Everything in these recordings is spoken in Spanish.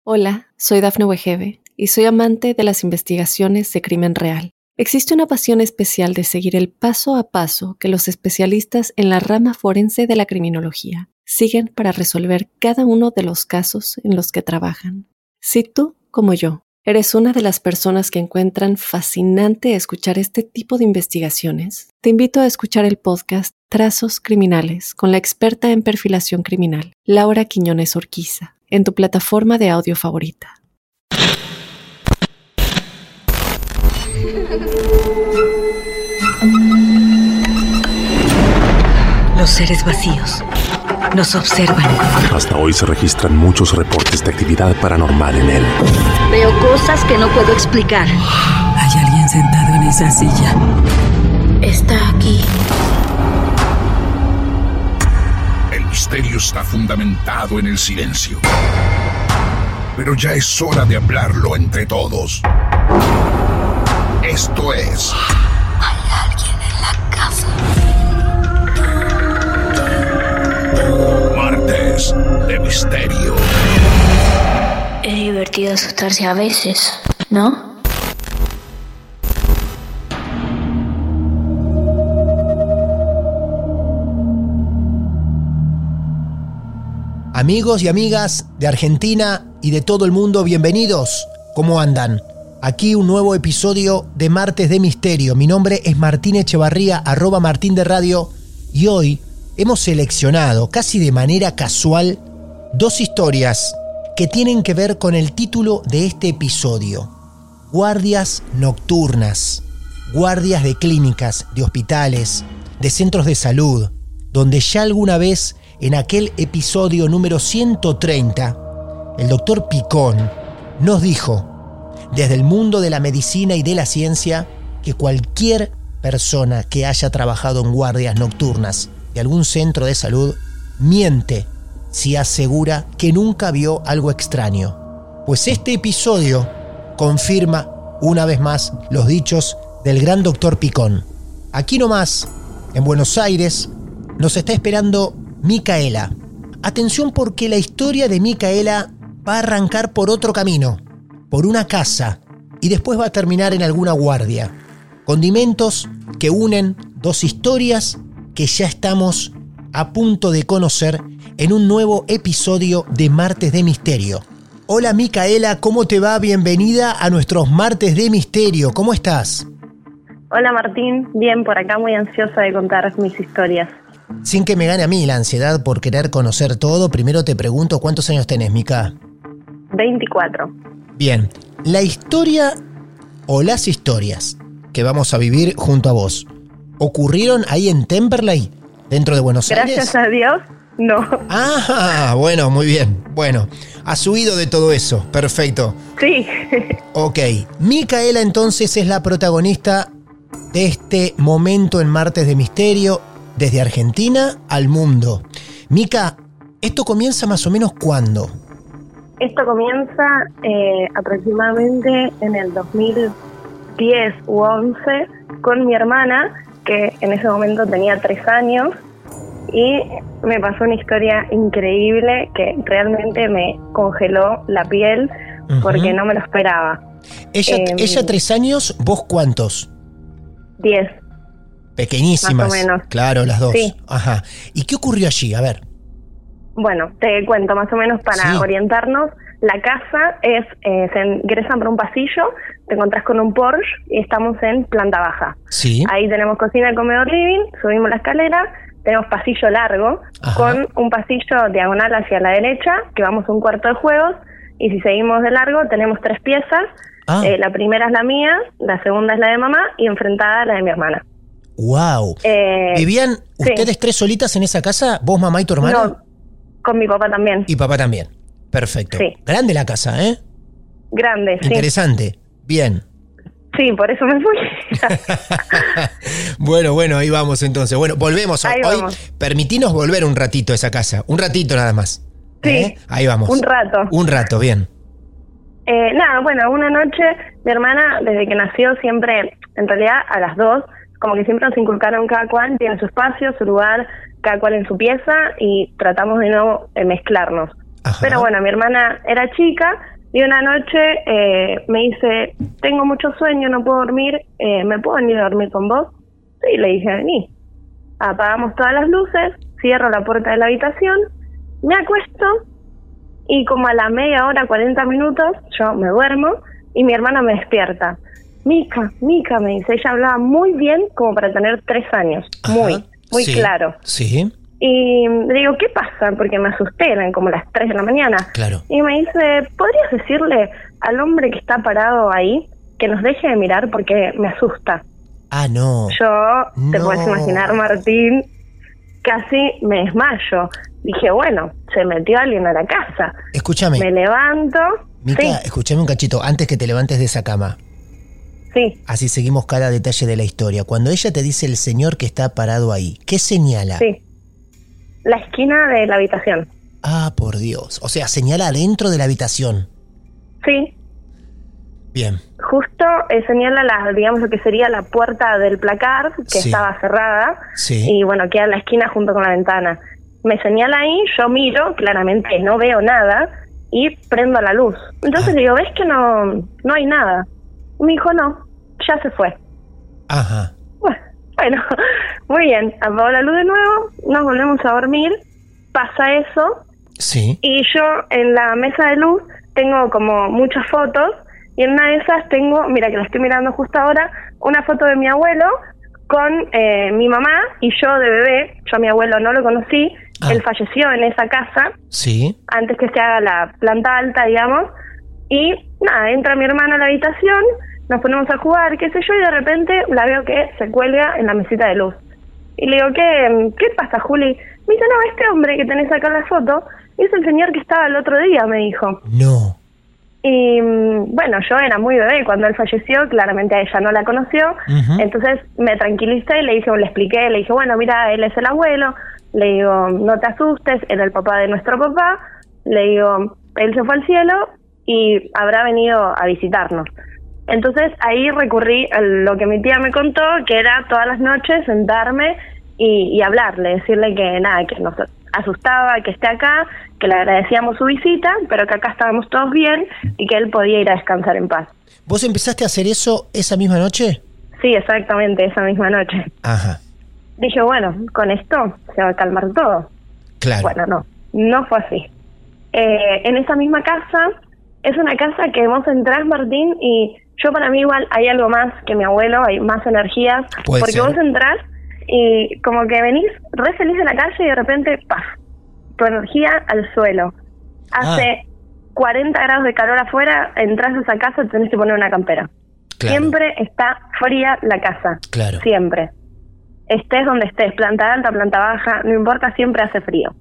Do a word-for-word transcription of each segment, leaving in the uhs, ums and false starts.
Hola, soy Dafne Wegebe y soy amante de las investigaciones de crimen real. Existe una pasión especial de seguir el paso a paso que los especialistas en la rama forense de la criminología siguen para resolver cada uno de los casos en los que trabajan. Si tú, como yo, eres una de las personas que encuentran fascinante escuchar este tipo de investigaciones, te invito a escuchar el podcast Trazos Criminales con la experta en perfilación criminal, Laura Quiñones Orquiza, en tu plataforma de audio favorita. Los seres vacíos nos observan. Hasta hoy se registran muchos reportes de actividad paranormal en él. Veo cosas que no puedo explicar. Hay alguien sentado en esa silla. Está aquí. El misterio está fundamentado en el silencio. Pero ya es hora de hablarlo entre todos. Esto es... Hay alguien en la casa. Martes de Misterio. Es divertido asustarse a veces, ¿no? Amigos y amigas de Argentina y de todo el mundo, bienvenidos. ¿Cómo andan? Aquí un nuevo episodio de Martes de Misterio. Mi nombre es Martín Echevarría, arroba Martín de Radio, y hoy hemos seleccionado, casi de manera casual, dos historias que tienen que ver con el título de este episodio. Guardias nocturnas, guardias de clínicas, de hospitales, de centros de salud, donde ya alguna vez, en aquel episodio número ciento treinta, el doctor Picón nos dijo, desde el mundo de la medicina y de la ciencia, que cualquier persona que haya trabajado en guardias nocturnas de algún centro de salud miente si asegura que nunca vio algo extraño. Pues este episodio confirma una vez más los dichos del gran doctor Picón. Aquí nomás, en Buenos Aires, nos está esperando Micaela. Atención, porque la historia de Micaela va a arrancar por otro camino, por una casa, y después va a terminar en alguna guardia. Condimentos que unen dos historias que ya estamos a punto de conocer en un nuevo episodio de Martes de Misterio. Hola Micaela, ¿cómo te va? Bienvenida a nuestros Martes de Misterio. ¿Cómo estás? Hola Martín, bien por acá, muy ansiosa de contar mis historias. Sin que me gane a mí la ansiedad por querer conocer todo, primero te pregunto, ¿cuántos años tenés, Mica? veinticuatro. Bien, la historia o las historias que vamos a vivir junto a vos, ¿ocurrieron ahí en Temperley, dentro de Buenos Aires? Gracias a Dios, no. Ah, bueno, muy bien. Bueno, has huido de todo eso, perfecto. Sí. Ok, Micaela entonces es la protagonista de este momento en Martes de Misterio, desde Argentina al mundo. Mica, ¿esto comienza más o menos cuándo? Esto comienza eh, aproximadamente en el dos mil diez u once con mi hermana, que en ese momento tenía tres años, y me pasó una historia increíble que realmente me congeló la piel porque uh-huh. no me lo esperaba. Ella, eh, ella tres años, ¿vos cuántos? Diez. Pequeñísimas. Más o menos. Claro, las dos. Sí. Ajá. ¿Y qué ocurrió allí? A ver. Bueno, te cuento más o menos para sí. orientarnos. La casa es, eh, se ingresan por un pasillo, te encontrás con un Porsche y estamos en planta baja. Sí. Ahí tenemos cocina, comedor, living, subimos la escalera, tenemos pasillo largo, ajá. con un pasillo diagonal hacia la derecha, que vamos a un cuarto de juegos, y si seguimos de largo tenemos tres piezas. Ah. Eh, la primera es la mía, la segunda es la de mamá y enfrentada la de mi hermana. Wow. Eh, ¿Vivían ustedes sí. tres solitas en esa casa? ¿Vos, mamá y tu hermana? No, con mi papá también. Y papá también. Perfecto. Sí. Grande la casa, ¿eh? Grande, sí. Interesante. Bien. Sí, por eso me fui. Bueno, bueno, ahí vamos entonces. Bueno, volvemos. Ahí Hoy vamos. Permitinos volver un ratito a esa casa. Un ratito nada más. Sí. ¿Eh? Ahí vamos. Un rato. Un rato, bien. Eh, nada, bueno, una noche mi hermana, desde que nació, siempre, en realidad a las dos, como que siempre nos inculcaron cada cual tiene su espacio, su lugar, cada cual en su pieza, y tratamos de no eh, mezclarnos. Ajá. Pero bueno, mi hermana era chica y una noche eh, me dice, tengo mucho sueño, no puedo dormir, eh, ¿me puedo venir a dormir con vos? Sí, le dije, vení. Apagamos todas las luces, cierro la puerta de la habitación, me acuesto y como a la media hora, cuarenta minutos, yo me duermo y mi hermana me despierta. Mica, Mica, me dice, ella hablaba muy bien como para tener tres años, Ajá, muy, muy sí, claro. Sí. Y le digo, ¿qué pasa? Porque me asusté, eran como las tres de la mañana. Claro. Y me dice, ¿podrías decirle al hombre que está parado ahí que nos deje de mirar porque me asusta? Ah, no. Yo, te No. puedes imaginar, Martín, casi me desmayo. Dije, bueno, se metió alguien a la casa. Escúchame. Me levanto. Mica, Sí, escúchame un cachito, antes que te levantes de esa cama. sí, Así seguimos cada detalle de la historia. Cuando ella te dice el señor que está parado ahí, ¿qué señala? sí. La esquina de la habitación. Ah, por Dios. O sea, señala adentro de la habitación. Sí, Bien. justo eh, señala la, digamos lo que sería la puerta del placar, que Sí. estaba cerrada. Sí. Y bueno, queda en la esquina junto con la ventana. Me señala ahí, yo miro, claramente no veo nada, y prendo la luz. Entonces Ah. le digo, ¿ves que no, no hay nada? Me dijo, no, ya se fue. Ajá. Bueno, muy bien, apagó la luz de nuevo, nos volvemos a dormir, pasa eso, Sí. y yo en la mesa de luz tengo como muchas fotos, y en una de esas tengo, mira que la estoy mirando justo ahora, una foto de mi abuelo con eh, mi mamá y yo de bebé. Yo a mi abuelo no lo conocí, Ah. él falleció en esa casa, Sí. antes que se haga la planta alta, digamos, y nada, entra mi hermana a la habitación, nos ponemos a jugar, qué sé yo, y de repente la veo que se cuelga en la mesita de luz. Y le digo, ¿qué, qué pasa, Juli? Me dice, no, este hombre que tenés acá en la foto es el señor que estaba el otro día, me dijo. No. Y mm, bueno, yo era muy bebé cuando él falleció, claramente a ella no la conoció, Ujú. entonces me tranquilicé y le dije, le expliqué, le dije, bueno, mira, él es el abuelo, le digo, no te asustes, era el papá de nuestro papá, le digo, él se fue al cielo y habrá venido a visitarnos. Entonces ahí recurrí a lo que mi tía me contó, que era todas las noches sentarme y, y hablarle, decirle que nada, que nos asustaba que esté acá, que le agradecíamos su visita, pero que acá estábamos todos bien y que él podía ir a descansar en paz. ¿Vos empezaste a hacer eso esa misma noche? Sí, exactamente, esa misma noche. Ajá. Dije, bueno, con esto se va a calmar todo. Claro. Bueno, no, no fue así. Eh, en esa misma casa, es una casa que vos entrás, Martín, y yo para mí igual hay algo más que mi abuelo, hay más energías, Puede porque ser. vos entrás y como que venís re feliz de la calle y de repente, ¡paf!, tu energía al suelo. Hace cuarenta grados de calor afuera, entras a esa casa, te tenés que poner una campera. Claro. Siempre está fría la casa. Claro. Siempre. Estés donde estés, planta alta, planta baja, no importa, siempre hace frío.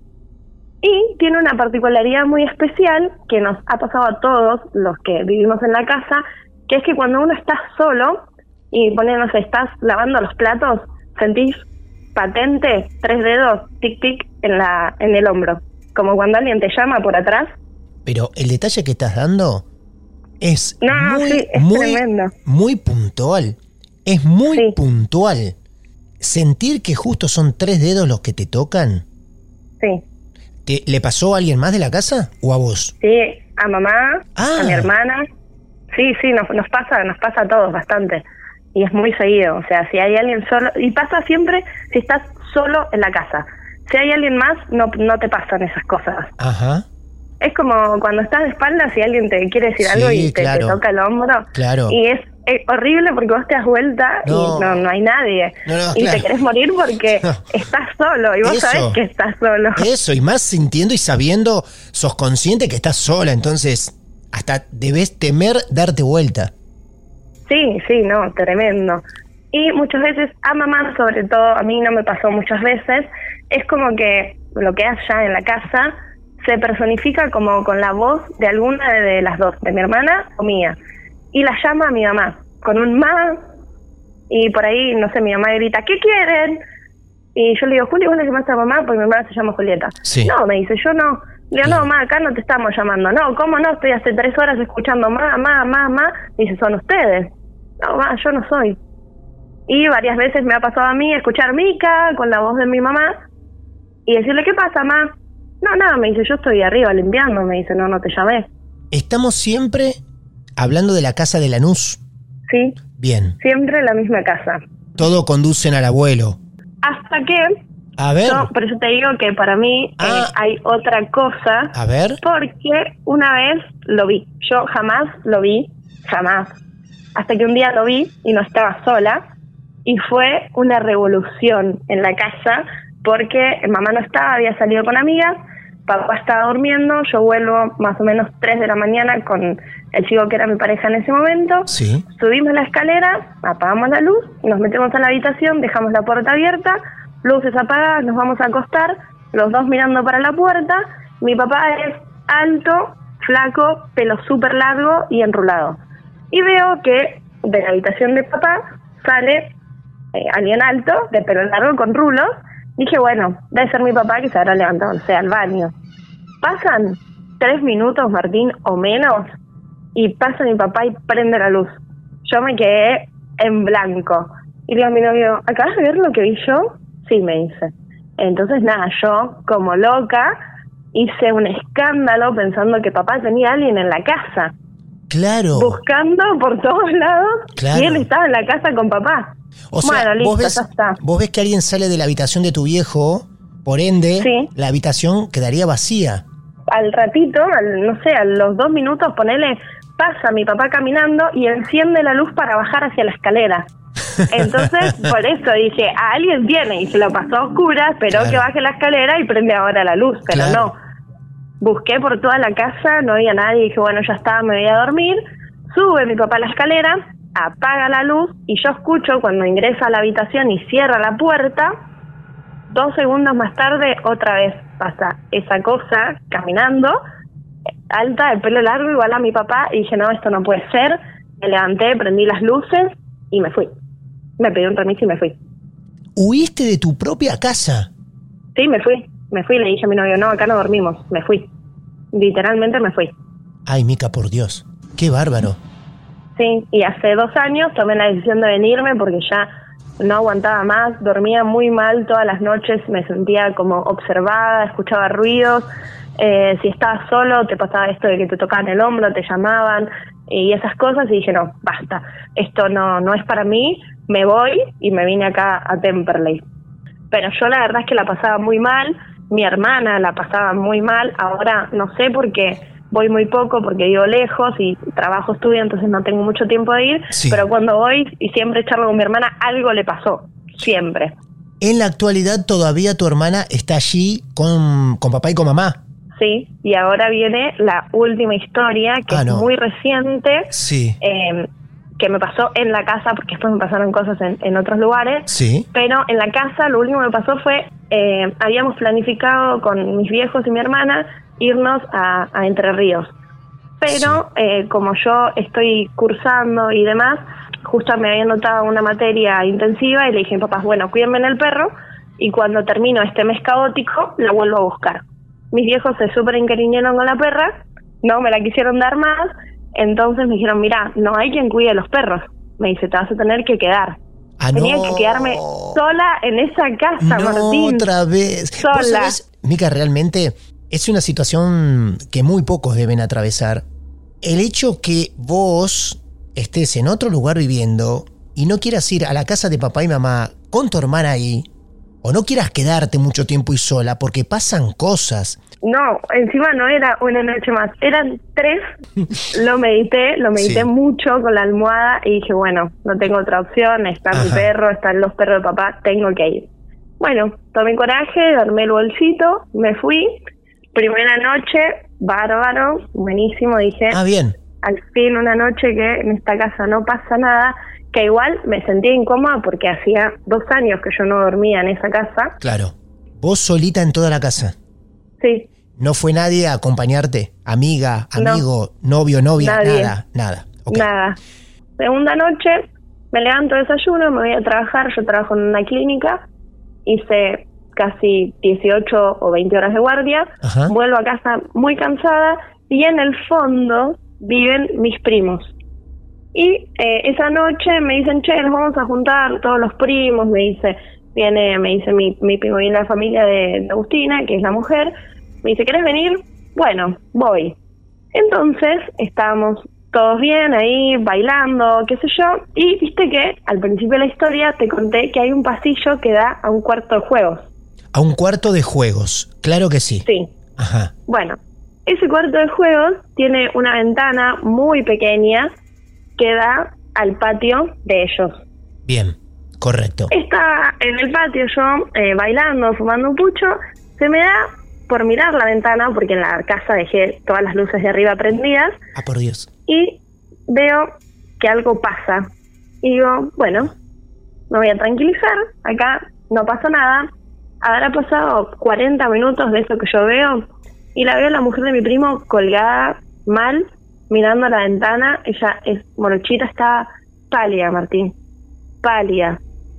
Y tiene una particularidad muy especial que nos ha pasado a todos los que vivimos en la casa, que es que cuando uno está solo y pone, no sé, estás lavando los platos, sentís patente, tres dedos, tic tic, en la en el hombro. Como cuando alguien te llama por atrás. Pero el detalle que estás dando es No, no, muy, sí, es muy, tremendo. muy puntual. Es muy Sí. puntual. Sentir que justo son tres dedos los que te tocan. Sí. ¿Te, ¿Le pasó a alguien más de la casa o a vos? Sí, a mamá, Ah. a mi hermana. Sí, sí, nos, nos pasa, nos pasa a todos bastante. Y es muy seguido, o sea, si hay alguien solo, y pasa siempre si estás solo en la casa. Si hay alguien más, no, no te pasan esas cosas. Ajá. Es como cuando estás de espaldas y alguien te quiere decir Sí, algo y te, claro. te toca el hombro. Claro. Y es, es horrible porque vos te das vuelta No. y no, no hay nadie. No, no, y claro. te querés morir porque No. estás solo y vos Eso. sabés que estás solo. Eso, y más sintiendo y sabiendo, sos consciente que estás sola, entonces hasta debes temer darte vuelta. Sí, sí, no, tremendo. Y muchas veces a mamá, sobre todo, a mí no me pasó muchas veces, es como que lo que hay allá en la casa se personifica como con la voz de alguna de las dos, de mi hermana o mía. Y la llama a mi mamá, con un ma, y por ahí, no sé, mi mamá grita, ¿qué quieren? Y yo le digo, Juli, ¿vos le llamaste a mamá? Porque mi hermana se llama Julieta. Sí. No, me dice, yo no. Le digo, Claro. no, mamá, acá no te estamos llamando. No, ¿cómo no? Estoy hace tres horas escuchando ma, ma, ma, ma. Dice, son ustedes. No, ma, yo no soy. Y varias veces me ha pasado a mí escuchar Mica con la voz de mi mamá y decirle, ¿qué pasa, ma? No, nada, me dice, yo estoy arriba limpiando, me dice, no, no te llamé. Estamos siempre hablando de la casa de Lanús. Sí. Bien. Siempre la misma casa. Todo conducen al abuelo. Hasta que... A ver. Yo, por eso te digo que para mí ah. eh, hay otra cosa. A ver. Porque una vez lo vi. Yo jamás lo vi, jamás. Hasta que un día lo vi y no estaba sola. Y fue una revolución en la casa porque mamá no estaba, había salido con amigas, papá estaba durmiendo, yo vuelvo más o menos tres de la mañana con el chico que era mi pareja en ese momento. Sí. Subimos la escalera, apagamos la luz, nos metemos a la habitación, dejamos la puerta abierta, luces apagadas, nos vamos a acostar, los dos mirando para la puerta. Mi papá es alto, flaco, pelo súper largo y enrulado. Y veo que de la habitación de papá sale eh, alguien alto, de pelo largo, con rulos. Dije, bueno, debe ser mi papá que se habrá levantado, no sé, al baño. Pasan tres minutos, Martín, o menos, y pasa mi papá y prende la luz. Yo me quedé en blanco. Y le digo a mi novio, ¿acabas de ver lo que vi yo? Sí, me dice. Entonces, nada, yo, como loca, hice un escándalo pensando que papá tenía a alguien en la casa. Claro. Buscando por todos lados, claro. Y él estaba en la casa con papá. O sea, bueno, listo, vos ves, ya está. Vos ves que alguien sale de la habitación de tu viejo, por ende, sí. La habitación quedaría vacía. Al ratito, al, no sé, a los dos minutos, ponele, pasa mi papá caminando y enciende la luz para bajar hacia la escalera. Entonces, por eso dije, a alguien viene, y se lo pasó a oscuras, esperó claro. que baje la escalera y prende ahora la luz, pero claro. no. Busqué por toda la casa, no había nadie, dije, bueno, ya está, me voy a dormir. Sube mi papá a la escalera, apaga la luz y yo escucho cuando ingresa a la habitación y cierra la puerta. Dos segundos más tarde, otra vez pasa esa cosa caminando, alta, de pelo largo, igual a mi papá, y dije, no, esto no puede ser. Me levanté, prendí las luces y me fui. Me pedí un permiso y me fui. ¿Huiste de tu propia casa? Sí, me fui. Me fui y le dije a mi novio, no, acá no dormimos. Me fui. Literalmente me fui. Ay, Mica, por Dios. Qué bárbaro. Sí, y hace dos años tomé la decisión de venirme porque ya no aguantaba más. Dormía muy mal todas las noches, me sentía como observada, escuchaba ruidos. Eh, si estabas solo, te pasaba esto de que te tocaban el hombro, te llamaban y esas cosas. Y dije, no, basta. Esto no, no es para mí. Me voy y me vine acá a Temperley. Pero yo la verdad es que la pasaba muy mal. Mi hermana la pasaba muy mal. Ahora no sé por qué voy muy poco, porque vivo lejos y trabajo, estudio, entonces no tengo mucho tiempo de ir. Sí. Pero cuando voy y siempre charlo con mi hermana, algo le pasó. Siempre. En la actualidad todavía tu hermana está allí con, con papá y con mamá. Sí, y ahora viene la última historia, que ah, es no. muy reciente. Sí. Eh, que me pasó en la casa, porque después me pasaron cosas en, en otros lugares. Sí. Pero en la casa lo último que me pasó fue, eh, habíamos planificado con mis viejos y mi hermana irnos a, a Entre Ríos. Pero sí. eh, como yo estoy cursando y demás, justo me había notado una materia intensiva y le dije a mis papás, bueno, cuídenme en el perro y cuando termino este mes caótico la vuelvo a buscar. Mis viejos se súper encariñaron con la perra, no me la quisieron dar más. Entonces me dijeron, mira, no hay quien cuide a los perros. Me dice, te vas a tener que quedar. Ah, Tenía no. que quedarme sola en esa casa, no, Martín. otra vez. Sola. ¿Vos sabés, Mica, realmente es una situación que muy pocos deben atravesar. El hecho que vos estés en otro lugar viviendo y no quieras ir a la casa de papá y mamá con tu hermana ahí, o no quieras quedarte mucho tiempo y sola, porque pasan cosas. No, encima no era una noche más, eran tres. Lo medité, lo medité Sí. mucho con la almohada y dije, bueno, no tengo otra opción, está Ajá. mi perro, están los perros de papá, tengo que ir. Bueno, tomé coraje, armé el bolsito, me fui. Primera noche, bárbaro, buenísimo, dije, Ah, bien. al fin una noche que en esta casa no pasa nada, que igual me sentía incómoda porque hacía dos años que yo no dormía en esa casa. Claro. Vos solita en toda la casa. Sí. ¿No fue nadie a acompañarte? Amiga, amigo, no. novio, novia, Nadie. nada, nada. Okay. Nada. Segunda noche, me levanto, desayuno, me voy a trabajar. Yo trabajo en una clínica. Hice casi dieciocho o veinte horas de guardia. Ajá. Vuelvo a casa muy cansada y en el fondo viven mis primos. Y eh, esa noche me dicen, che, nos vamos a juntar todos los primos. Me dice, viene, me dice mi, mi primo y la familia de, de Agustina, que es la mujer. Me dice, ¿querés venir? Bueno, voy. Entonces, estábamos todos bien ahí, bailando, qué sé yo, y viste que al principio de la historia te conté que hay un pasillo que da a un cuarto de juegos. A un cuarto de juegos, claro que sí. Sí. Ajá. Bueno, ese cuarto de juegos tiene una ventana muy pequeña que da al patio de ellos. Bien, correcto. Está en el patio yo, eh, bailando, fumando un pucho, se me da por mirar la ventana, porque en la casa dejé todas las luces de arriba prendidas. Ah, por Dios. Y veo que algo pasa. Y digo, bueno, me voy a tranquilizar, acá no pasa nada. Habrá pasado cuarenta minutos de eso que yo veo, y la veo a la mujer de mi primo colgada mal, mirando a la ventana. Ella es morochita, está pálida, Martín, pálida.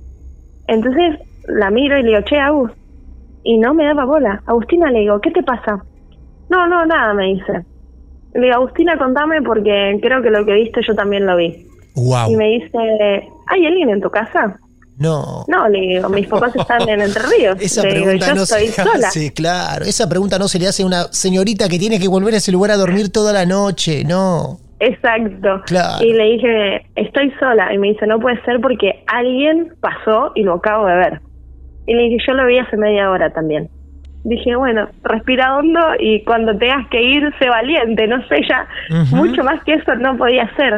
Entonces la miro y le digo, che, Agus, y no me daba bola. Agustina, le digo, ¿qué te pasa? No, no, nada, me dice. Le digo, Agustina, contame porque creo que lo que viste yo también lo vi. Wow. Y me dice, ¿hay alguien en tu casa? No. No, le digo, mis papás están en Entre Ríos. Esa le pregunta digo, yo no estoy se sola. hace, claro. Esa pregunta no se le hace a una señorita que tiene que volver a ese lugar a dormir toda la noche, no. Exacto. Claro. Y le dije, estoy sola. Y me dice, no puede ser porque alguien pasó y lo acabo de ver. Y le dije, yo lo vi hace media hora también. Dije, bueno, respira hondo y cuando tengas que ir, sé valiente. No sé, ya uh-huh. mucho más que eso no podía hacer.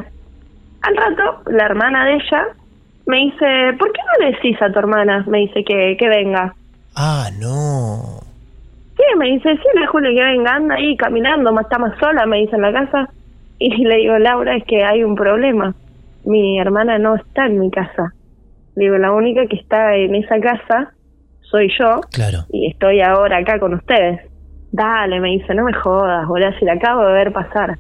Al rato, la hermana de ella me dice, ¿por qué no le decís a tu hermana? Me dice que, que venga. Ah, no. Sí, me dice, sí, le Juli, que venga, anda ahí caminando, está más sola, me dice en la casa. Y le digo, Laura, es que hay un problema. Mi hermana no está en mi casa. Le digo, la única que está en esa casa soy yo. Claro. Y estoy ahora acá con ustedes. Dale, me dice, no me jodas, boludo, si la acabo de ver pasar.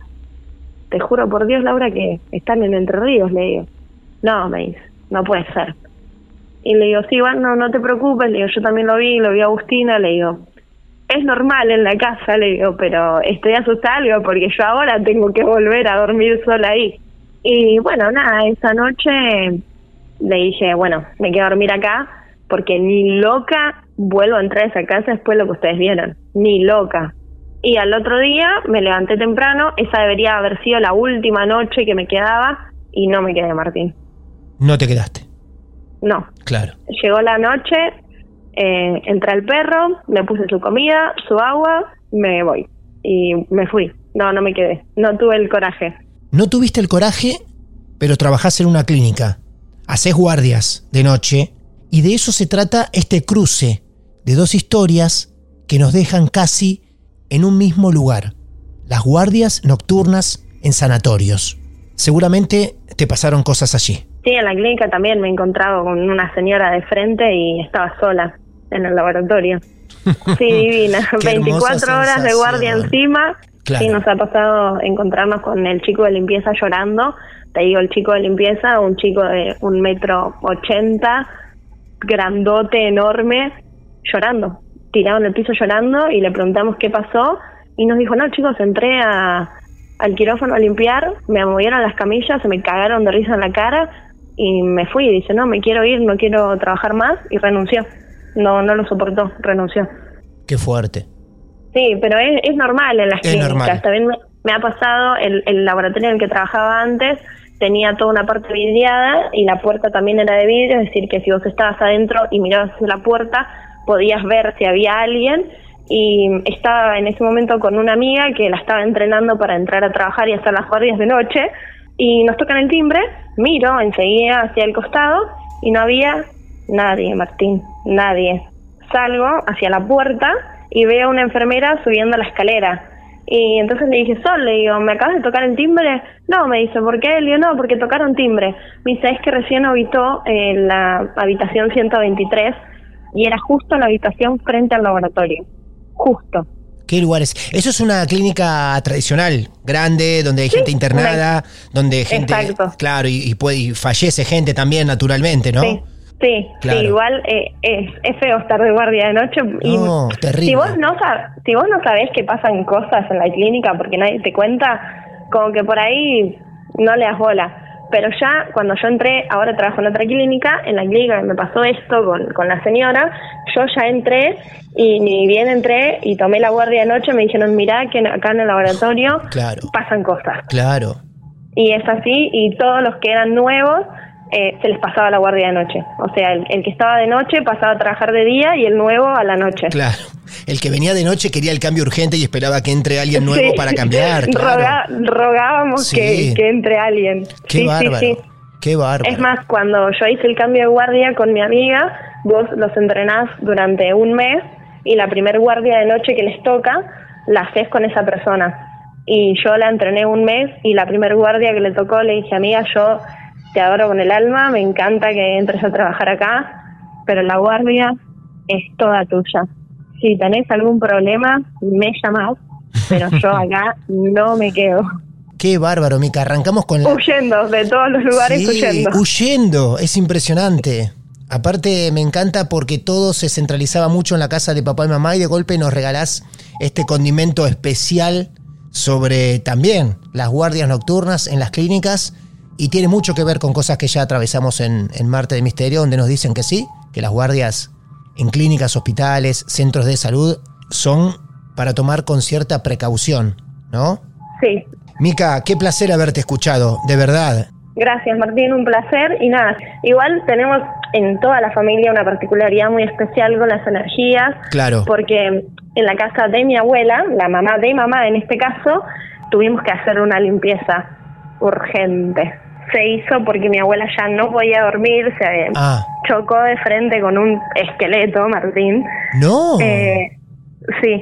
Te juro por Dios, Laura, que están en Entre Ríos, le digo. No, me dice, no puede ser. Y le digo, sí, bueno, no, no te preocupes, le digo, yo también lo vi, lo vi a Agustina, le digo, es normal en la casa, le digo, pero estoy asustada, le digo, porque yo ahora tengo que volver a dormir sola ahí. Y bueno, nada, esa noche le dije, bueno, me quedo a dormir acá, porque ni loca vuelvo a entrar a esa casa después de lo que ustedes vieron, ni loca. Y al otro día me levanté temprano, esa debería haber sido la última noche que me quedaba, y no me quedé, Martín. ¿No te quedaste? No. Claro. Llegó la noche, eh, entré al perro, le puse su comida, su agua, me voy. Y me fui. No, no me quedé. No tuve el coraje. No tuviste el coraje, pero trabajás en una clínica. Hacés guardias de noche, y de eso se trata este cruce de dos historias que nos dejan casi en un mismo lugar. Las guardias nocturnas en sanatorios. Seguramente te pasaron cosas allí. Sí, en la clínica también me he encontrado con una señora de frente y estaba sola en el laboratorio. Sí, divina. veinticuatro horas de guardia encima. Claro. Sí, nos ha pasado encontrarnos con el chico de limpieza llorando. Te digo, el chico de limpieza, un chico de un metro ochenta, grandote, enorme, llorando. Tirado en el piso llorando, y le preguntamos qué pasó. Y nos dijo, no, chicos, entré a, al quirófano a limpiar, me movieron las camillas, se me cagaron de risa en la cara y me fui. Y dice, no, me quiero ir, no quiero trabajar más, y renunció. No, no lo soportó, renunció. Qué fuerte. Sí, pero es, es normal en las es clínicas. Normal. También me, me ha pasado, el, el laboratorio en el que trabajaba antes tenía toda una parte vidriada y la puerta también era de vidrio, es decir, que si vos estabas adentro y mirabas hacia la puerta, podías ver si había alguien. Y estaba en ese momento con una amiga que la estaba entrenando para entrar a trabajar y hacer las guardias de noche, y nos tocan el timbre, miro enseguida hacia el costado y no había nadie, Martín, nadie. Salgo hacia la puerta y veo a una enfermera subiendo la escalera. Y entonces le dije, Sol, le digo, ¿me acabas de tocar el timbre? No, me dice, ¿por qué? Le digo, no, porque tocaron timbre. Me dice, es que recién habitó en la habitación ciento veintitrés y era justo la habitación frente al laboratorio. Justo. ¿Qué lugares? Eso es una clínica tradicional, grande, donde hay sí, gente internada, una... donde gente... Exacto. Claro, y, y, puede, y fallece gente también, naturalmente, ¿no? Sí. Sí, claro. Sí, igual eh, es, es feo estar de guardia de noche. Y no, terrible. Si vos no, sab- si vos no sabés que pasan cosas en la clínica porque nadie te cuenta, como que por ahí no le das bola. Pero ya cuando yo entré, ahora trabajo en otra clínica, en la clínica me pasó esto con, con la señora, yo ya entré y ni bien entré y tomé la guardia de noche, me dijeron, mirá que acá en el laboratorio Claro. pasan cosas. Claro. Y es así, y todos los que eran nuevos eh, se les pasaba la guardia de noche. O sea, el, el que estaba de noche pasaba a trabajar de día y el nuevo a la noche. Claro. El que venía de noche quería el cambio urgente y esperaba que entre alguien nuevo Sí. para cambiar. Claro. Roga- rogábamos Sí. que, que entre alguien. Qué Sí, bárbaro. sí, sí. Qué bárbaro. Es más, cuando yo hice el cambio de guardia con mi amiga, vos los entrenás durante un mes y la primer guardia de noche que les toca, la haces con esa persona. Y yo la entrené un mes y la primer guardia que le tocó le dije, amiga, yo te adoro con el alma, me encanta que entres a trabajar acá, pero la guardia es toda tuya. Si tenés algún problema, me llamás, pero yo acá no me quedo. Qué bárbaro, Mica. Arrancamos con la... Huyendo de todos los lugares, Sí, huyendo. huyendo. Es impresionante. Aparte me encanta porque todo se centralizaba mucho en la casa de papá y mamá y de golpe nos regalás este condimento especial sobre también las guardias nocturnas en las clínicas y tiene mucho que ver con cosas que ya atravesamos en, en Martes de Misterio, donde nos dicen que sí, que las guardias en clínicas, hospitales, centros de salud son para tomar con cierta precaución, ¿no? Sí. Mica, qué placer haberte escuchado, de verdad. Gracias, Martín, un placer. Y nada, igual tenemos en toda la familia una particularidad muy especial con las energías. Claro. Porque en la casa de mi abuela, la mamá de mamá en este caso, tuvimos que hacer una limpieza urgente. Se hizo porque mi abuela ya no podía dormir, se Ah. chocó de frente con un esqueleto, Martín. No. Eh, sí.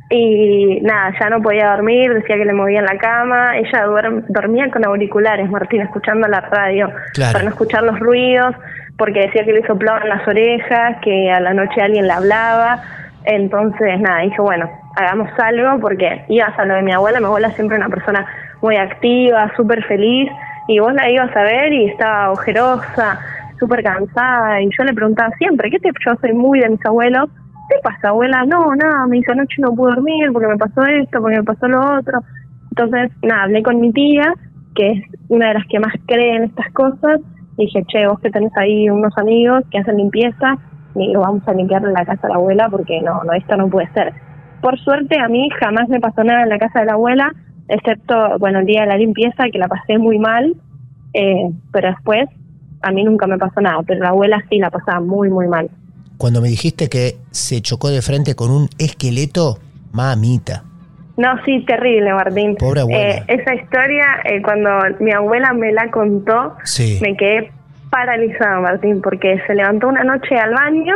Y nada, ya no podía dormir, decía que le movían la cama, ella duerm- dormía con auriculares, Martín, escuchando la radio, Claro. para no escuchar los ruidos, porque decía que le soplaban las orejas, que a la noche alguien le hablaba. Entonces nada, dije bueno, hagamos algo, porque ibas a lo de mi abuela, mi abuela siempre una persona muy activa, súper feliz, y vos la ibas a ver y estaba ojerosa, súper cansada, y yo le preguntaba siempre, ¿qué te? Yo soy muy de mis abuelos, ¿qué pasa, abuela? No, nada, me dice, anoche no pude dormir porque me pasó esto, porque me pasó lo otro. Entonces, nada, hablé con mi tía, que es una de las que más cree en estas cosas, y dije, che, vos que tenés ahí unos amigos que hacen limpieza, y digo, vamos a limpiarle la casa a la abuela porque no, no, esto no puede ser. Por suerte, a mí jamás me pasó nada en la casa de la abuela, excepto, bueno, el día de la limpieza, que la pasé muy mal, eh, pero después a mí nunca me pasó nada, pero la abuela sí la pasaba muy, muy mal. Cuando me dijiste que se chocó de frente con un esqueleto, mamita. No, sí, terrible, Martín. Pobre abuela. Eh, esa historia, eh, cuando mi abuela me la contó, Sí. me quedé paralizada, Martín, porque se levantó una noche al baño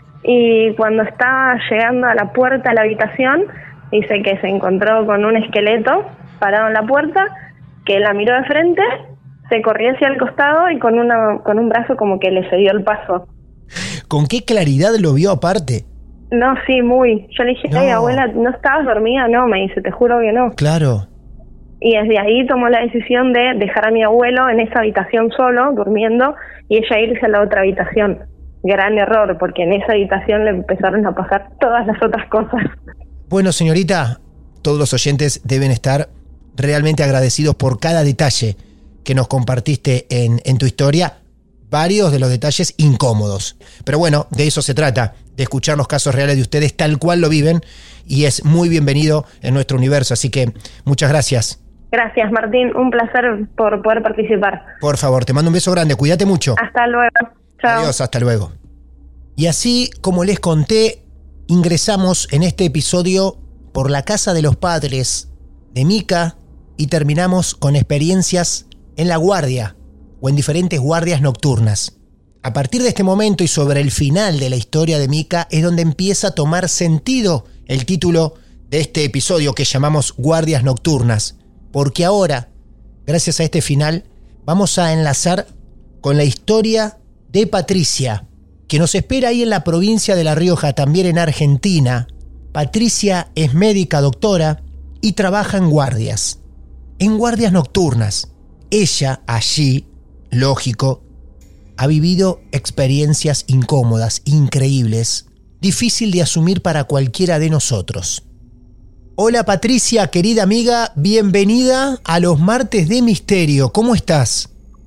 y cuando estaba llegando a la puerta de la habitación, dice que se encontró con un esqueleto parado en la puerta, que la miró de frente, se corrió hacia el costado y con, una, con un brazo como que le cedió el paso. ¿Con qué claridad lo vio aparte? No, sí, muy. Yo le dije, No. ay, abuela, ¿no estabas dormida? No, me dice, te juro que no. Claro. Y desde ahí tomó la decisión de dejar a mi abuelo en esa habitación solo, durmiendo, y ella irse a la otra habitación. Gran error, porque en esa habitación le empezaron a pasar todas las otras cosas. Bueno, señorita, todos los oyentes deben estar realmente agradecidos por cada detalle que nos compartiste en, en tu historia. Varios de los detalles incómodos. Pero bueno, de eso se trata, de escuchar los casos reales de ustedes tal cual lo viven, y es muy bienvenido en nuestro universo. Así que muchas gracias. Gracias, Martín. Un placer por poder participar. Por favor, te mando un beso grande. Cuídate mucho. Hasta luego. Chao. Adiós, hasta luego. Y así, como les conté, ingresamos en este episodio por la casa de los padres de Mica y terminamos con experiencias en la guardia o en diferentes guardias nocturnas. A partir de este momento y sobre el final de la historia de Mica es donde empieza a tomar sentido el título de este episodio que llamamos Guardias Nocturnas, porque ahora, gracias a este final, vamos a enlazar con la historia de Patricia, que nos espera ahí en la provincia de La Rioja, también en Argentina. Patricia es médica doctora y trabaja en guardias, en guardias nocturnas. Ella allí, lógico, ha vivido experiencias incómodas, increíbles, difícil de asumir para cualquiera de nosotros. Hola Patricia, querida amiga, bienvenida a los Martes de Misterio. ¿Cómo estás?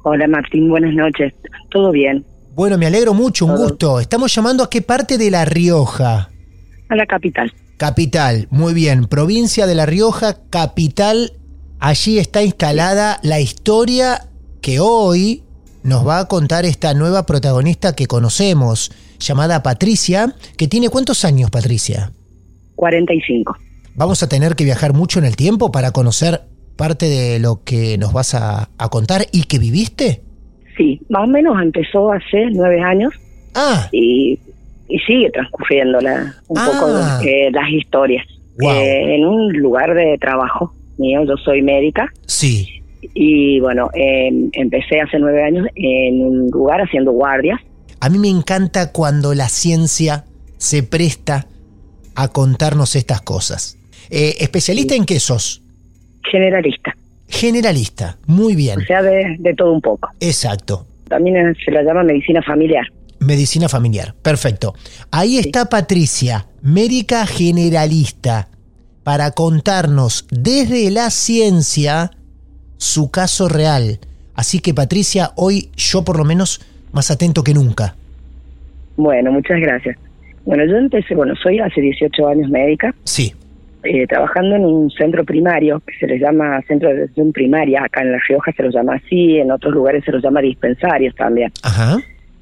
Hola Martín, buenas noches. ¿Todo bien? Bueno, me alegro mucho, un gusto. Estamos llamando a qué parte de La Rioja. A la capital. Capital, muy bien. Provincia de La Rioja, capital. Allí está instalada la historia que hoy nos va a contar esta nueva protagonista que conocemos, llamada Patricia, que tiene ¿cuántos años, Patricia? cuarenta y cinco. Vamos a tener que viajar mucho en el tiempo para conocer parte de lo que nos vas a, a contar y que viviste. Sí, más o menos empezó hace nueve años. Ah. Y, y sigue transcurriendo la, un ah. poco eh, las historias. Wow. Eh, en un lugar de trabajo mío, yo soy médica. Sí. Y bueno, eh, empecé hace nueve años en un lugar haciendo guardias. A mí me encanta cuando la ciencia se presta a contarnos estas cosas. Eh, ¿Especialista sí. en qué sos? Generalista. Generalista, muy bien. O sea, de, de todo un poco. Exacto. También se la llama medicina familiar. Medicina familiar, perfecto. Ahí sí. está Patricia, médica generalista, para contarnos desde la ciencia su caso real. Así que Patricia, hoy yo por lo menos más atento que nunca. Bueno, muchas gracias. Bueno, yo empecé, bueno, soy hace dieciocho años médica. Sí. Eh, trabajando en un centro primario, que se les llama centro de atención primaria, acá en La Rioja se los llama así, en otros lugares se los llama dispensarios también. Ajá.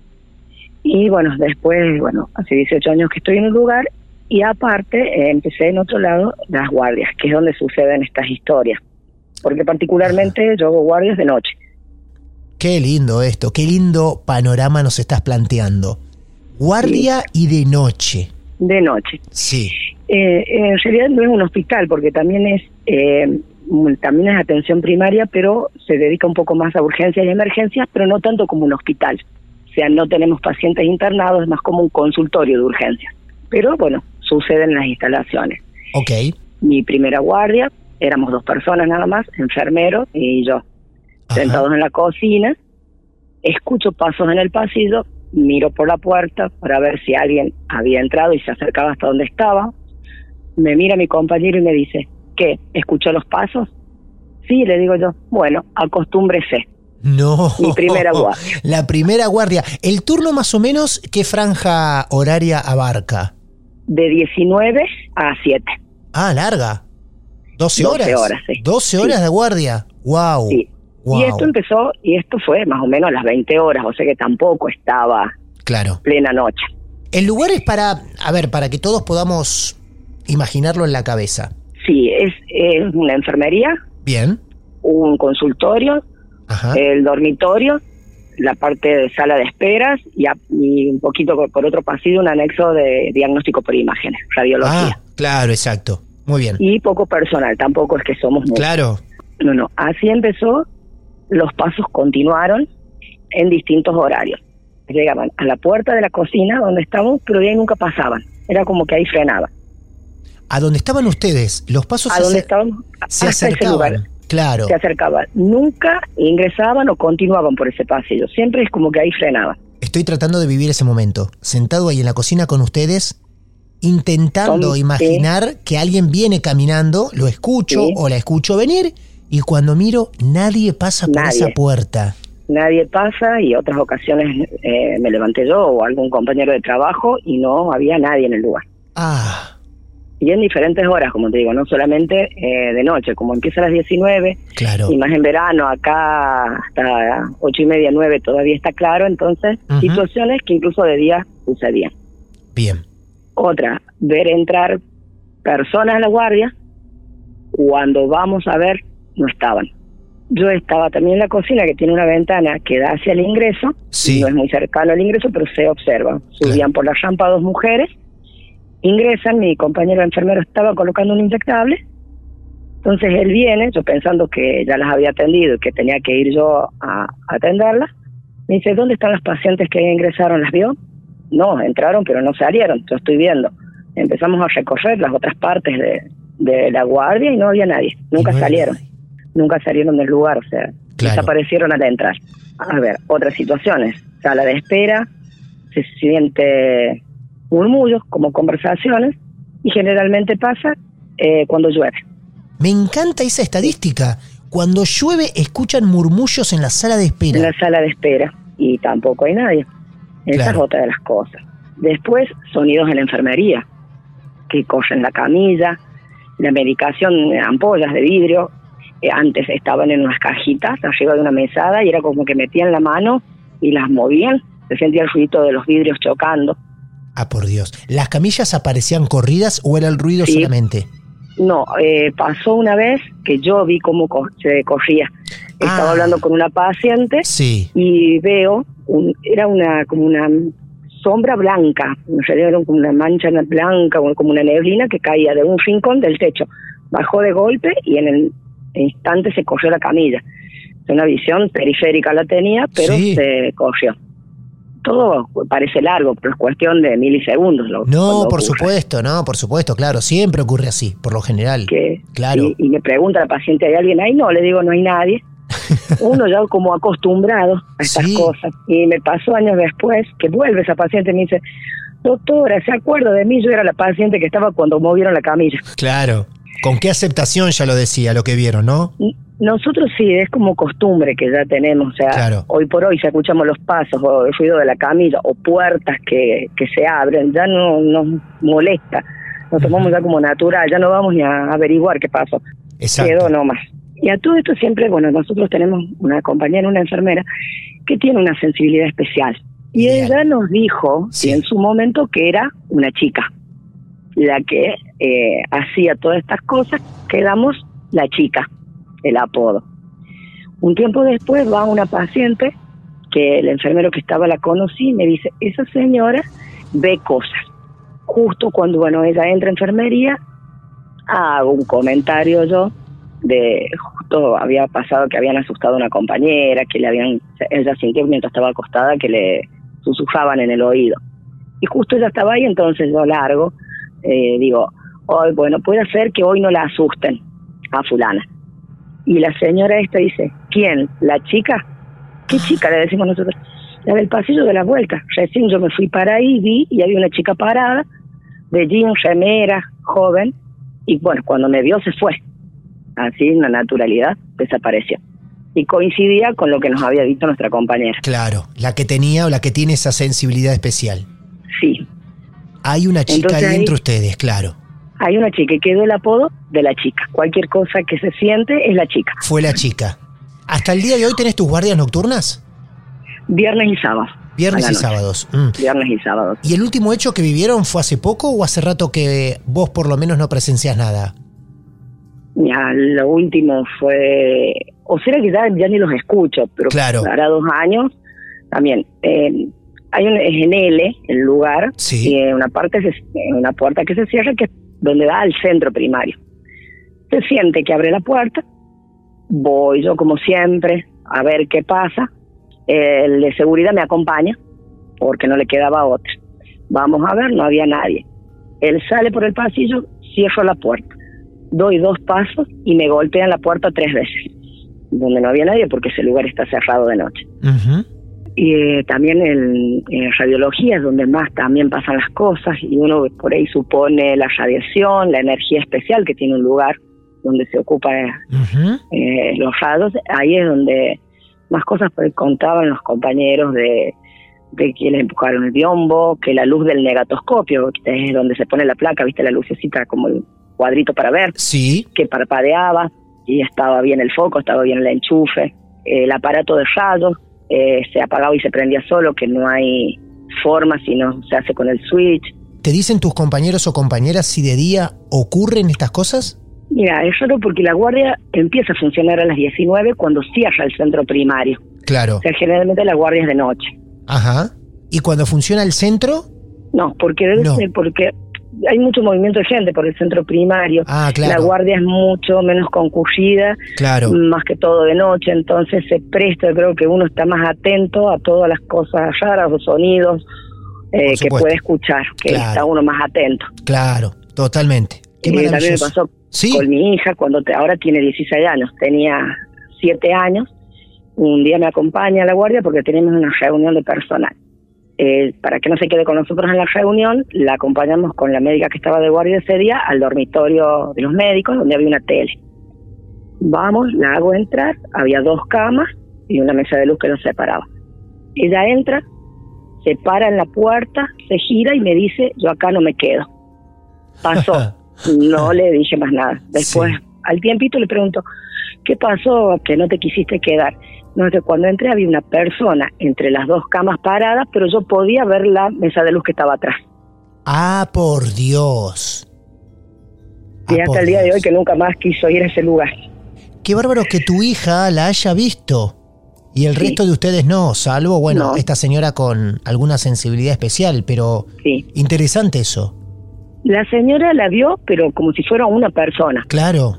Y bueno, después, bueno, hace dieciocho años que estoy en un lugar, y aparte eh, empecé en otro lado las guardias, que es donde suceden estas historias. Porque particularmente Ajá. yo hago guardias de noche. Qué lindo esto, qué lindo panorama nos estás planteando. Guardia sí. y de noche. De noche. Sí. Eh, en realidad no es un hospital, porque también es eh, también es atención primaria, pero se dedica un poco más a urgencias y emergencias, pero no tanto como un hospital. O sea, no tenemos pacientes internados, es más como un consultorio de urgencias. Pero bueno, sucede en las instalaciones. Ok. Mi primera guardia, éramos dos personas nada más, enfermero y yo, Ajá. sentados en la cocina. Escucho pasos en el pasillo, miro por la puerta para ver si alguien había entrado y se acercaba hasta donde estaba. Me mira mi compañero y me dice, ¿qué? ¿Escuchó los pasos? Sí, le digo yo, bueno, acostúmbrese. No. Mi primera guardia. La primera guardia. ¿El turno más o menos qué franja horaria abarca? De diecinueve a siete. Ah, larga. ¿doce horas? doce horas, sí. doce horas sí. de guardia. Wow. Sí. Wow. Y esto empezó, y esto fue más o menos a las veinte horas, o sea que tampoco estaba claro. plena noche. El lugar es para, a ver, para que todos podamos imaginarlo en la cabeza. Sí, es, es una enfermería. Bien. Un consultorio. Ajá. El dormitorio, la parte de sala de esperas y, a, y un poquito por, por otro pasillo un anexo de diagnóstico por imágenes, radiología. Ah, claro, exacto. Muy bien. Y poco personal, tampoco es que somos muchos. Claro. No, no, así empezó, los pasos continuaron en distintos horarios. Llegaban a la puerta de la cocina donde estamos, pero de ahí nunca pasaban. Era como que ahí frenaban. ¿A dónde estaban ustedes? Los pasos a se, donde acer- estábamos, se acercaban. Claro. Se acercaban. Nunca ingresaban o continuaban por ese pasillo. Siempre es como que ahí frenaban. Estoy tratando de vivir ese momento. Sentado ahí en la cocina con ustedes, intentando Son, imaginar sí. que alguien viene caminando, lo escucho sí. o la escucho venir, y cuando miro, nadie pasa por nadie. esa puerta. Nadie pasa, y otras ocasiones eh, me levanté yo o algún compañero de trabajo y no había nadie en el lugar. Ah. Y en diferentes horas, como te digo, no solamente eh, de noche, como empieza a las diecinueve, claro. y más en verano, acá hasta ocho y media, nueve todavía está claro, entonces uh-huh. situaciones que incluso de día sucedían. Bien. Otra, ver entrar personas a la guardia, cuando vamos a ver, no estaban. Yo estaba también en la cocina, que tiene una ventana que da hacia el ingreso, sí. no es muy cercano al ingreso, pero se observa. Subían claro. por la rampa dos mujeres, ingresan, mi compañero enfermero estaba colocando un inyectable, entonces él viene, yo pensando que ya las había atendido y que tenía que ir yo a, a atenderlas, me dice, ¿dónde están los pacientes que ingresaron? ¿Las vio? No, entraron pero no salieron, yo estoy viendo. Empezamos a recorrer las otras partes de, de la guardia y no había nadie, nunca no salieron, nadie. nunca salieron del lugar, o sea, claro. desaparecieron al entrar. A ver, otras situaciones, sala de espera, se siente murmullos, como conversaciones, y generalmente pasa eh, cuando llueve. Me encanta esa estadística. Cuando llueve, escuchan murmullos en la sala de espera. En la sala de espera. Y tampoco hay nadie. Esa Claro. es otra de las cosas. Después, sonidos en la enfermería, que corren la camilla, la medicación en ampollas de vidrio. Eh, antes estaban en unas cajitas arriba de una mesada y era como que metían la mano y las movían. Se sentía el ruido de los vidrios chocando. Ah, por Dios. ¿Las camillas aparecían corridas o era el ruido Sí. solamente? No, eh, pasó una vez que yo vi cómo co- se corría. Estaba Ah. hablando con una paciente Sí. y veo, un, era una como una sombra blanca, en realidad era como una mancha blanca, como una neblina que caía de un rincón del techo. Bajó de golpe y en el instante se corrió la camilla. Una visión periférica la tenía, pero Sí. se corrió. Todo parece largo, pero es cuestión de milisegundos. Lo, No, cuando por ocurre. supuesto, no, por supuesto, claro. Siempre ocurre así, por lo general. Que, Claro. y, y me pregunta la paciente, ¿hay alguien ahí? No, le digo, no hay nadie. Uno ya como acostumbrado a estas Sí. cosas. Y me pasó años después que vuelve esa paciente y me dice, doctora, ¿se acuerda de mí? Yo era la paciente que estaba cuando movieron la camilla. Claro. ¿Con qué aceptación ya lo decía, lo que vieron, no? Y nosotros sí, es como costumbre que ya tenemos. O sea, Claro. hoy por hoy si escuchamos los pasos o el ruido de la camilla o puertas que, que se abren, ya no nos molesta. Nos tomamos ya como natural, ya no vamos ni a averiguar qué pasó. Exacto. Quedó nomás. Y a todo esto siempre, bueno, nosotros tenemos una compañera, una enfermera, que tiene una sensibilidad especial. Y Bien. ella nos dijo, Sí. y en su momento, que era una chica la que eh, hacía todas estas cosas, quedamos la chica, el apodo. Un tiempo después va una paciente, que el enfermero que estaba la conocí, y me dice, esa señora ve cosas. Justo cuando, bueno, ella entra a enfermería, hago un comentario yo, de justo había pasado que habían asustado a una compañera, que le habían, ella sintió mientras estaba acostada que le susurraban en el oído. Y justo ella estaba ahí, entonces yo largo, eh, digo, hoy bueno, puede ser que hoy no la asusten a fulana. Y la señora esta dice, ¿quién? ¿La chica? ¿Qué chica? Le decimos nosotros. La del pasillo de la vuelta. Recién yo me fui para ahí, vi, y había una chica parada, de jeans, remera, joven, y bueno, cuando me vio se fue. Así, una naturalidad, desapareció. Y coincidía con lo que nos había dicho nuestra compañera. Claro, la que tenía o la que tiene esa sensibilidad especial. Sí, Hay una chica Entonces ahí ahí- entre ustedes, claro. hay una chica y quedó el apodo de la chica. Cualquier cosa que se siente es la chica. Fue la chica. ¿Hasta el día de hoy tenés tus guardias nocturnas? Viernes y sábado. Viernes a la y noche. sábados. Mm. Viernes y sábados. ¿Y el último hecho que vivieron fue hace poco o hace rato que vos por lo menos no presenciás nada? Ya, lo último fue, o será que ya, ya ni los escucho, pero Claro. hará dos años también. Eh, hay un, es en L, el lugar, Sí. y en una parte, se, en una puerta que se cierra, que es donde da al centro primario. Se siente que abre la puerta, voy yo como siempre a ver qué pasa. El de seguridad me acompaña, porque no le quedaba otra. Vamos a ver, no había nadie. Él sale por el pasillo, cierro la puerta. Doy dos pasos y me golpean la puerta tres veces, donde no había nadie porque ese lugar está cerrado de noche. Ujú. Y eh, también en, en radiología es donde más también pasan las cosas y uno por ahí supone la radiación, la energía especial que tiene un lugar donde se ocupa Ujú. eh, los radios. Ahí es donde más cosas pues, contaban los compañeros de, de que les empujaron el biombo, que la luz del negatoscopio, que es donde se pone la placa, viste la lucecita como el cuadrito para ver, Sí. que parpadeaba y estaba bien el foco, estaba bien el enchufe, el aparato de rayos eh, se apagaba y se prendía solo, que no hay forma si no se hace con el switch. ¿Te dicen tus compañeros o compañeras si de día ocurren estas cosas? Mira, es raro porque la guardia empieza a funcionar a las diecinueve cuando cierra el centro primario. Claro. O sea, generalmente la guardia es de noche. Ajá. ¿Y cuando funciona el centro? No, porque debe No. ser porque hay mucho movimiento de gente por el centro primario. Ah, claro. La guardia es mucho menos concurrida, Claro. más que todo de noche, entonces se presta, yo creo que uno está más atento a todas las cosas raras, los sonidos eh, que supuesto. puede escuchar, que Claro. está uno más atento. Claro, totalmente. Qué Eh, también me maravilloso. pasó Sí. con mi hija, cuando te- ahora tiene dieciséis años, tenía siete años, un día me acompaña a la guardia porque teníamos una reunión de personal. Eh, para que no se quede con nosotros en la reunión, la acompañamos con la médica que estaba de guardia ese día al dormitorio de los médicos, donde había una tele. vamos, la hago entrar, había dos camas y una mesa de luz que nos separaba. Ella entra, se para en la puerta, se gira y me dice, yo acá no me quedo. Pasó, no le dije más nada. Después, sí. Al tiempito le pregunto, ¿qué pasó que no te quisiste quedar? No sé, cuando entré había una persona entre las dos camas paradas, pero yo podía ver la mesa de luz que estaba atrás. Ah, por Dios. Y ah, hasta el día Dios. de hoy que nunca más quiso ir a ese lugar. Qué bárbaro que tu hija la haya visto y el sí. resto de ustedes no, salvo, bueno, no. esta señora con alguna sensibilidad especial, pero sí. interesante eso. La señora la vio, pero como si fuera una persona. Claro.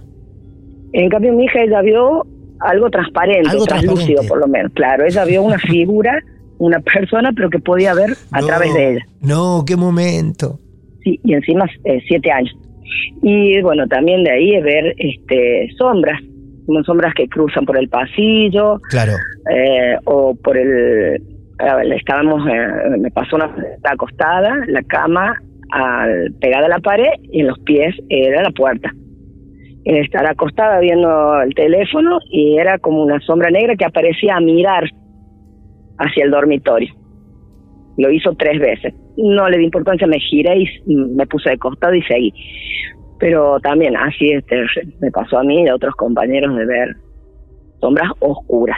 En cambio, mi hija, ella vio algo transparente, algo translúcido transparente. por lo menos. Claro, ella vio una figura, una persona, pero que podía ver a no, través de ella. No, qué momento. Sí, y encima eh, siete años. Y bueno, también de ahí es ver este, sombras, como sombras que cruzan por el pasillo. Claro. Eh, o por el... Eh, estábamos, eh, me pasó una estaba acostada, la cama al, pegada a la pared y en los pies era la puerta. Estar acostada viendo el teléfono y era como una sombra negra que aparecía a mirar hacia el dormitorio. Lo hizo tres veces. No le di importancia, me giré y me puse de costado y seguí. Pero también así este, me pasó a mí y a otros compañeros de ver sombras oscuras.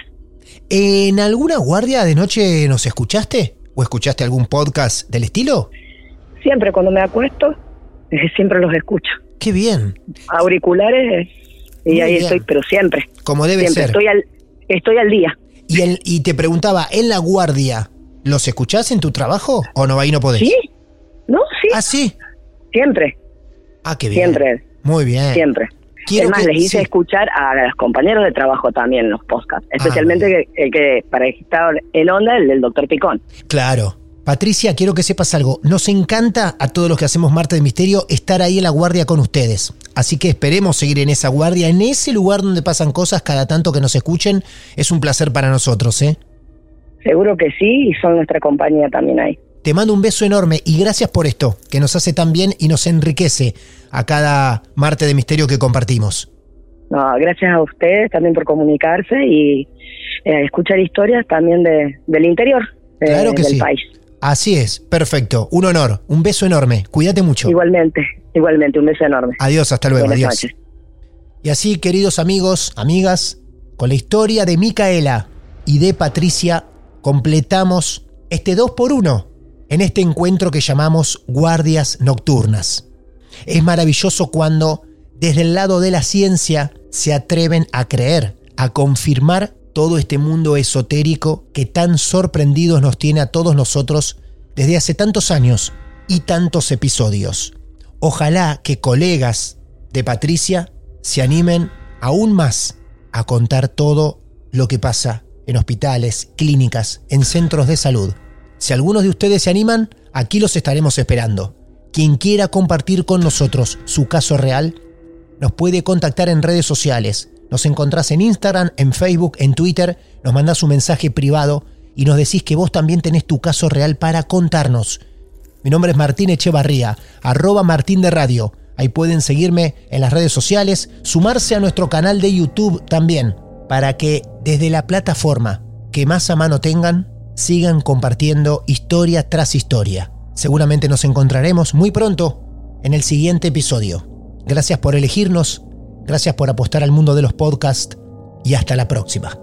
¿En alguna guardia de noche nos escuchaste? ¿O escuchaste algún podcast del estilo? Siempre cuando me acuesto, siempre los escucho. ¡Qué bien! Auriculares y Muy ahí bien. Estoy, pero siempre. Como debe siempre ser. Estoy al, estoy al día. Y, el, y te preguntaba, ¿en la guardia los escuchás en tu trabajo o no, ahí no podés? Sí, no, sí. ¿Ah, sí? Siempre. Ah, qué bien. Siempre. Muy bien. Siempre. Quiero es más, que, les hice sí. escuchar a los compañeros de trabajo también los podcasts, especialmente ah, el que, que para estar en onda, el del doctor Picón. Claro. Patricia, quiero que sepas algo. Nos encanta a todos los que hacemos Martes de Misterio estar ahí en la guardia con ustedes. Así que esperemos seguir en esa guardia, en ese lugar donde pasan cosas cada tanto que nos escuchen. Es un placer para nosotros, ¿eh? Seguro que sí, y son nuestra compañía también ahí. Te mando un beso enorme y gracias por esto, que nos hace tan bien y nos enriquece a cada Martes de Misterio que compartimos. No, gracias a ustedes también por comunicarse y eh, escuchar historias también de, del interior de, claro que del sí. país. Así es, perfecto. Un honor, un beso enorme. Cuídate mucho. Igualmente, igualmente, un beso enorme. Adiós, hasta luego, Buenas adiós. noches. Y así, queridos amigos, amigas, con la historia de Micaela y de Patricia, completamos este dos por uno en este encuentro que llamamos Guardias Nocturnas. Es maravilloso cuando, desde el lado de la ciencia, se atreven a creer, a confirmar todo este mundo esotérico que tan sorprendidos nos tiene a todos nosotros desde hace tantos años y tantos episodios. Ojalá que colegas de Patricia se animen aún más a contar todo lo que pasa en hospitales, clínicas, en centros de salud. Si algunos de ustedes se animan, aquí los estaremos esperando. Quien quiera compartir con nosotros su caso real, nos puede contactar en redes sociales. Nos encontrás en Instagram, en Facebook, en Twitter, nos mandás un mensaje privado y nos decís que vos también tenés tu caso real para contarnos. Mi nombre es Martín Echevarría, arroba Martín de Radio. Ahí pueden seguirme en las redes sociales, sumarse a nuestro canal de YouTube también, para que desde la plataforma que más a mano tengan, sigan compartiendo historia tras historia. Seguramente nos encontraremos muy pronto en el siguiente episodio. Gracias por elegirnos. Gracias por apostar al mundo de los podcasts y hasta la próxima.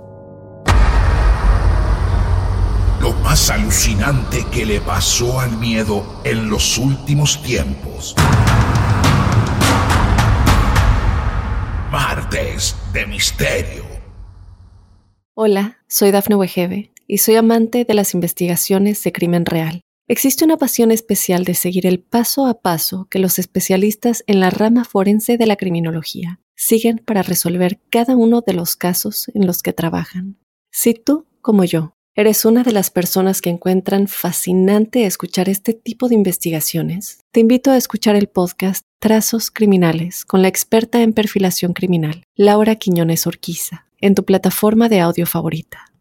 Lo más alucinante que le pasó al miedo en los últimos tiempos. Martes de Misterio. Hola, soy Dafne Wegebe y soy amante de las investigaciones de crimen real. Existe una pasión especial de seguir el paso a paso que los especialistas en la rama forense de la criminología siguen para resolver cada uno de los casos en los que trabajan. Si tú, como yo, eres una de las personas que encuentran fascinante escuchar este tipo de investigaciones, te invito a escuchar el podcast Trazos Criminales con la experta en perfilación criminal, Laura Quiñones Orquiza, en tu plataforma de audio favorita.